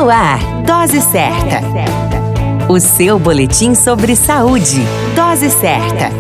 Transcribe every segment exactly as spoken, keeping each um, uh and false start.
No ar, Dose Certa. O seu boletim sobre saúde. Dose Certa.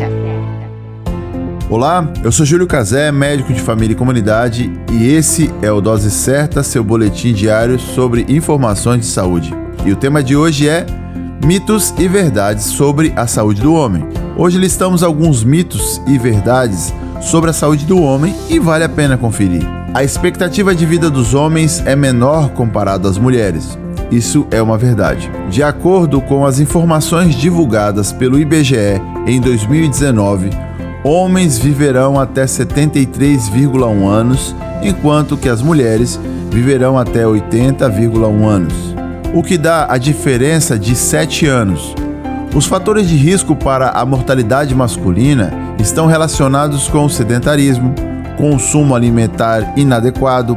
Olá, eu sou Júlio Cazé, médico de família e comunidade, e esse é o Dose Certa, seu boletim diário sobre informações de saúde. E o tema de hoje é mitos e verdades sobre a saúde do homem. Hoje listamos alguns mitos e verdades sobre a saúde do homem e vale a pena conferir. A expectativa de vida dos homens é menor comparado às mulheres. Isso é uma verdade. De acordo com as informações divulgadas pelo I B G E em dois mil e dezenove, homens viverão até setenta e três vírgula um anos, enquanto que as mulheres viverão até oitenta vírgula um anos, o que dá a diferença de sete anos. Os fatores de risco para a mortalidade masculina estão relacionados com o sedentarismo, consumo alimentar inadequado,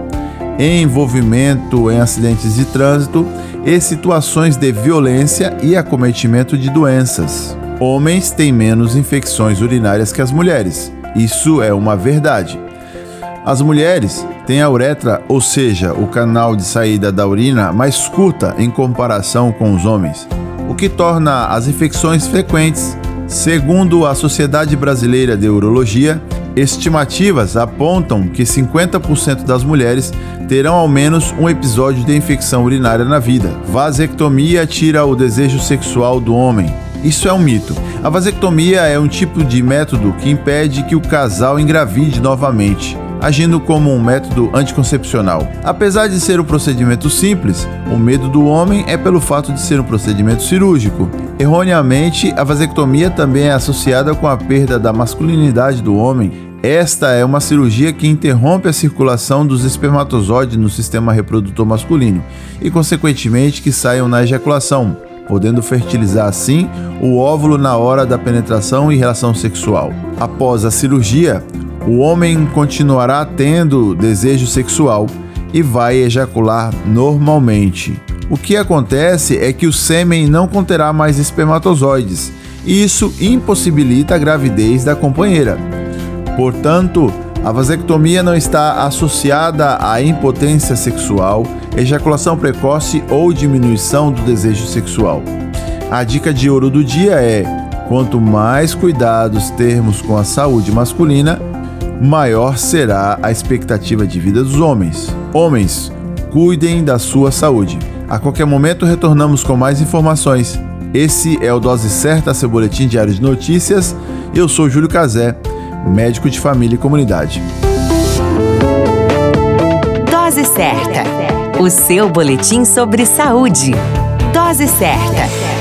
envolvimento em acidentes de trânsito e situações de violência e acometimento de doenças. Homens têm menos infecções urinárias que as mulheres. Isso é uma verdade. As mulheres têm a uretra, ou seja, o canal de saída da urina, mais curta em comparação com os homens, o que torna as infecções frequentes. Segundo a Sociedade Brasileira de Urologia, estimativas apontam que cinquenta por cento das mulheres terão ao menos um episódio de infecção urinária na vida. Vasectomia tira o desejo sexual do homem. Isso é um mito. A vasectomia é um tipo de método que impede que o casal engravide novamente, agindo como um método anticoncepcional. Apesar de ser um procedimento simples, o medo do homem é pelo fato de ser um procedimento cirúrgico. Erroneamente, a vasectomia também é associada com a perda da masculinidade do homem. Esta é uma cirurgia que interrompe a circulação dos espermatozoides no sistema reprodutor masculino e, consequentemente, que saiam na ejaculação, podendo fertilizar assim o óvulo na hora da penetração e relação sexual. Após a cirurgia, o homem continuará tendo desejo sexual e vai ejacular normalmente. O que acontece é que o sêmen não conterá mais espermatozoides e isso impossibilita a gravidez da companheira. Portanto, a vasectomia não está associada à impotência sexual, ejaculação precoce ou diminuição do desejo sexual. A dica de ouro do dia é: quanto mais cuidados termos com a saúde masculina, maior será a expectativa de vida dos homens. Homens, cuidem da sua saúde. A qualquer momento retornamos com mais informações. Esse é o Dose Certa, seu boletim diário de notícias. Eu sou Júlio Cazé, médico de família e comunidade. Dose Certa, o seu boletim sobre saúde. Dose Certa.